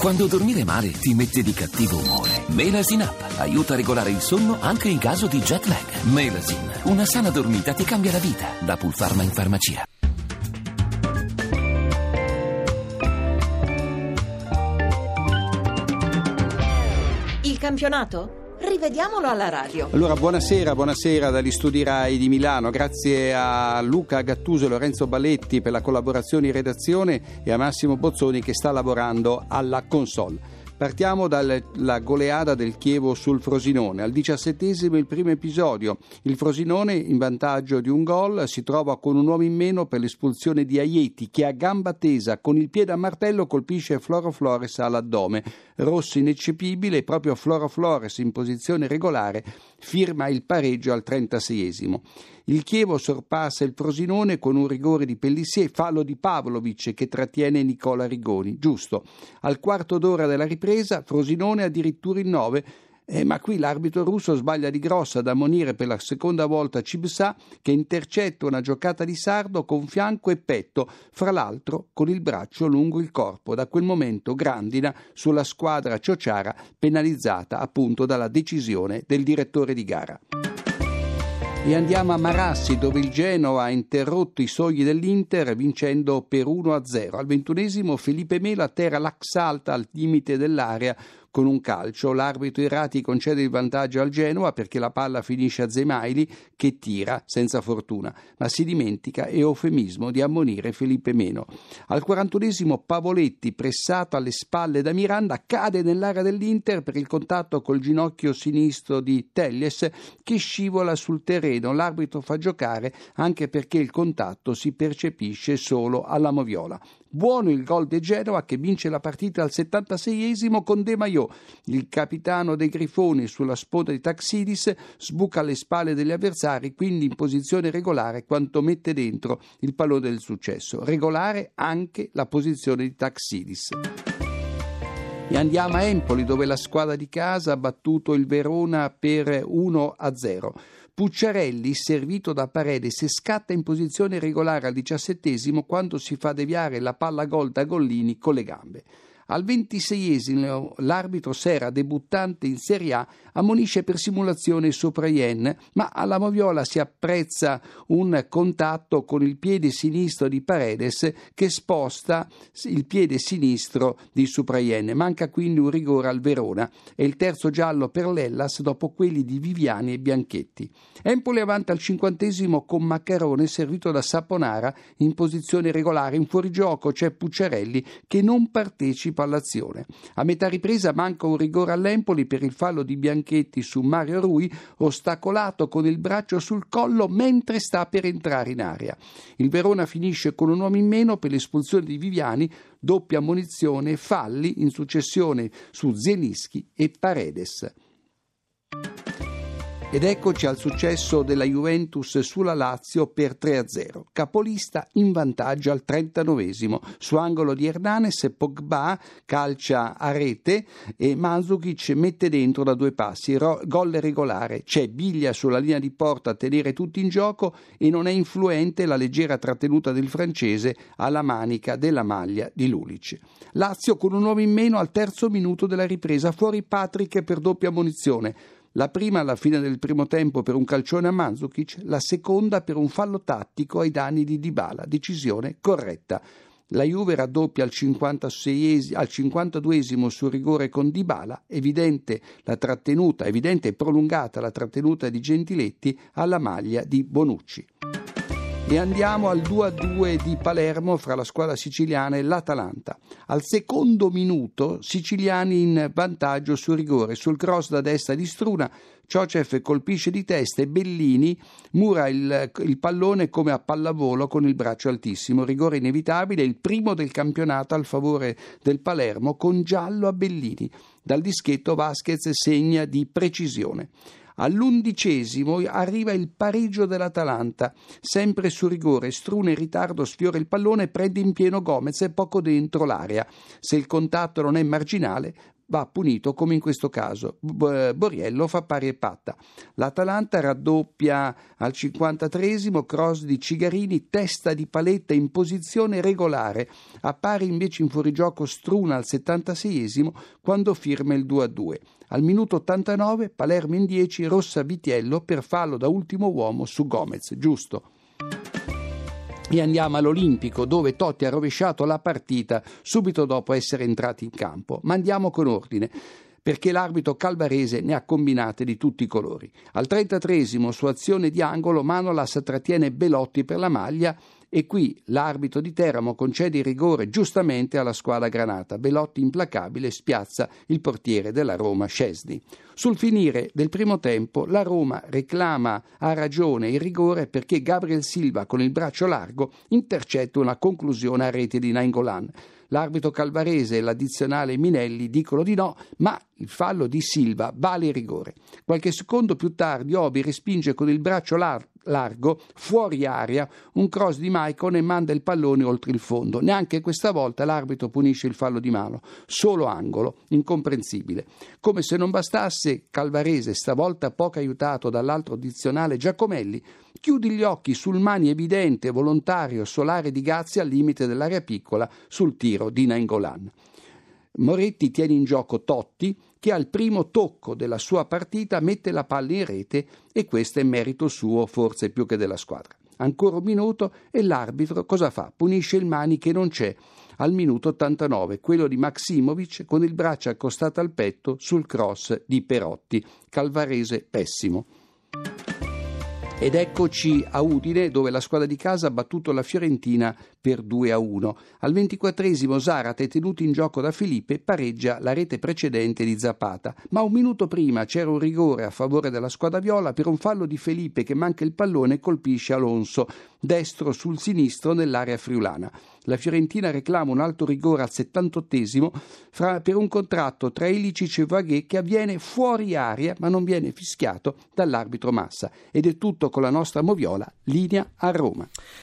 Quando dormire male ti mette di cattivo umore, Melasin Up aiuta a regolare il sonno anche in caso di jet lag. Melasin, una sana dormita ti cambia la vita. Da Pulpharma in farmacia. Il campionato? Rivediamolo alla radio. Allora, buonasera dagli studi Rai di Milano. Grazie a Luca Gattuso e Lorenzo Balletti per la collaborazione in redazione e a Massimo Bozzoni che sta lavorando alla console. Partiamo dalla goleada del Chievo sul Frosinone. Al 17esimo il primo episodio. Il Frosinone, in vantaggio di un gol, si trova con un uomo in meno per l'espulsione di Aieti, che a gamba tesa con il piede a martello colpisce Floro Flores all'addome. Rosso ineccepibile e proprio Floro Flores, in posizione regolare, firma il pareggio al 36esimo. Il Chievo sorpassa il Frosinone con un rigore di Pellissier, fallo di Pavlovic che trattiene Nicola Rigoni. Giusto. Al quarto d'ora della ripresa, Frosinone addirittura in 9, ma qui l'arbitro russo sbaglia di grossa ad ammonire per la seconda volta Cibsa, che intercetta una giocata di Sardo con fianco e petto, fra l'altro con il braccio lungo il corpo. Da quel momento grandina sulla squadra ciociara, penalizzata appunto dalla decisione del direttore di gara. E andiamo a Marassi, dove il Genoa ha interrotto i sogni dell'Inter vincendo per 1-0. Al 21esimo Felipe Melo atterra l'Axalta al limite dell'area con un calcio. L'arbitro Irati concede il vantaggio al Genoa perché la palla finisce a Zemaili che tira senza fortuna, ma si dimentica, eufemismo, di ammonire Felipe Melo. Al 41esimo Pavoletti, pressato alle spalle da Miranda, cade nell'area dell'Inter per il contatto col ginocchio sinistro di Telles che scivola sul terreno. L'arbitro fa giocare anche perché il contatto si percepisce solo alla moviola. Buono il gol del Genoa che vince la partita al 76esimo con De Maio. Il capitano dei Grifoni sulla sponda di Taxidis sbuca alle spalle degli avversari, quindi in posizione regolare quanto mette dentro il pallone del successo. Regolare anche la posizione di Taxidis. E andiamo a Empoli, dove la squadra di casa ha battuto il Verona per 1-0. Pucciarelli, servito da Paredes, scatta in posizione regolare al 17esimo quando si fa deviare la palla gol da Gollini con le gambe. Al 26esimo l'arbitro Serra, debuttante in Serie A, ammonisce per simulazione Sopraien, ma alla moviola si apprezza un contatto con il piede sinistro di Paredes che sposta il piede sinistro di Sopraien. Manca quindi un rigore al Verona e il terzo giallo per l'Hellas dopo quelli di Viviani e Bianchetti. Empoli avanti al 50esimo con Maccarone servito da Saponara in posizione regolare. In fuorigioco c'è Pucciarelli che non partecipa all'azione. A metà ripresa manca un rigore all'Empoli per il fallo di Bianchetti su Mario Rui, ostacolato con il braccio sul collo mentre sta per entrare in area. Il Verona finisce con un uomo in meno per l'espulsione di Viviani, doppia ammonizione e falli in successione su Zelinski e Paredes. Ed eccoci al successo della Juventus sulla Lazio per 3-0. Capolista in vantaggio al 39esimo. Su angolo di Hernanes, Pogba calcia a rete e Mandzukic mette dentro da 2 passi. Gol regolare. C'è biglia sulla linea di porta a tenere tutti in gioco e non è influente la leggera trattenuta del francese alla manica della maglia di Lulic. Lazio con un uomo in meno al terzo minuto della ripresa. Fuori Patrick per doppia ammonizione. La prima alla fine del primo tempo per un calcione a Mandzukic, la seconda per un fallo tattico ai danni di Dybala, decisione corretta. La Juve raddoppia al 52esimo sul rigore con Dybala, evidente e prolungata la trattenuta di Gentiletti alla maglia di Bonucci. E andiamo al 2-2 di Palermo fra la squadra siciliana e l'Atalanta. Al secondo minuto siciliani in vantaggio sul rigore, sul cross da destra di Struna, Ciocev colpisce di testa e Bellini mura il pallone come a pallavolo con il braccio altissimo. Rigore inevitabile, il primo del campionato al favore del Palermo con giallo a Bellini. Dal dischetto Vasquez segna di precisione. All'11esimo arriva il pareggio dell'Atalanta, sempre su rigore. Struna in ritardo sfiora il pallone, prende in pieno Gomez e poco dentro l'area. Se il contatto non è marginale, va punito come in questo caso. Borriello fa pari e patta. L'Atalanta raddoppia al 53esimo, cross di Cigarini, testa di Paletta in posizione regolare. Appare invece in fuorigioco Struna al 76esimo quando firma il 2-2. Al minuto 89 Palermo in 10, Rossa Vitiello per fallo da ultimo uomo su Gomez, giusto. E andiamo all'Olimpico, dove Totti ha rovesciato la partita subito dopo essere entrati in campo. Ma andiamo con ordine, perché l'arbitro calvarese ne ha combinate di tutti i colori. Al 33esimo, su azione di angolo, Manolas trattiene Belotti per la maglia e qui l'arbitro di Teramo concede il rigore giustamente alla squadra granata. Belotti implacabile spiazza il portiere della Roma, Szczesny. Sul finire del primo tempo la Roma reclama a ragione il rigore perché Gabriel Silva con il braccio largo intercetta una conclusione a rete di Nainggolan. L'arbitro calvarese e l'addizionale Minelli dicono di no, ma il fallo di Silva vale il rigore. Qualche secondo più tardi Obi respinge con il braccio largo, fuori aria, un cross di Maicon e manda il pallone oltre il fondo. Neanche questa volta l'arbitro punisce il fallo di mano, solo angolo, incomprensibile. Come se non bastasse, Calvarese, stavolta poco aiutato dall'altro addizionale Giacomelli, chiudi gli occhi sul mani evidente, volontario, solare di Gazzi al limite dell'area piccola sul tiro di Nainggolan. Moretti tiene in gioco Totti, che al primo tocco della sua partita mette la palla in rete e questo è merito suo forse più che della squadra. Ancora un minuto e l'arbitro cosa fa? Punisce il Mani che non c'è al minuto 89, quello di Maksimovic con il braccio accostato al petto sul cross di Perotti. Calvarese pessimo. Ed eccoci a Udine, dove la squadra di casa ha battuto la Fiorentina per 2-1. Al 24esimo Zarate, tenuto in gioco da Felipe, pareggia la rete precedente di Zapata. Ma un minuto prima c'era un rigore a favore della squadra viola per un fallo di Felipe che manca il pallone e colpisce Alonso, destro sul sinistro nell'area friulana. La Fiorentina reclama un alto rigore al 78esimo per un contratto tra Ilicic e Vaghè che avviene fuori area ma non viene fischiato dall'arbitro Massa. Ed è tutto con la nostra Moviola, linea a Roma.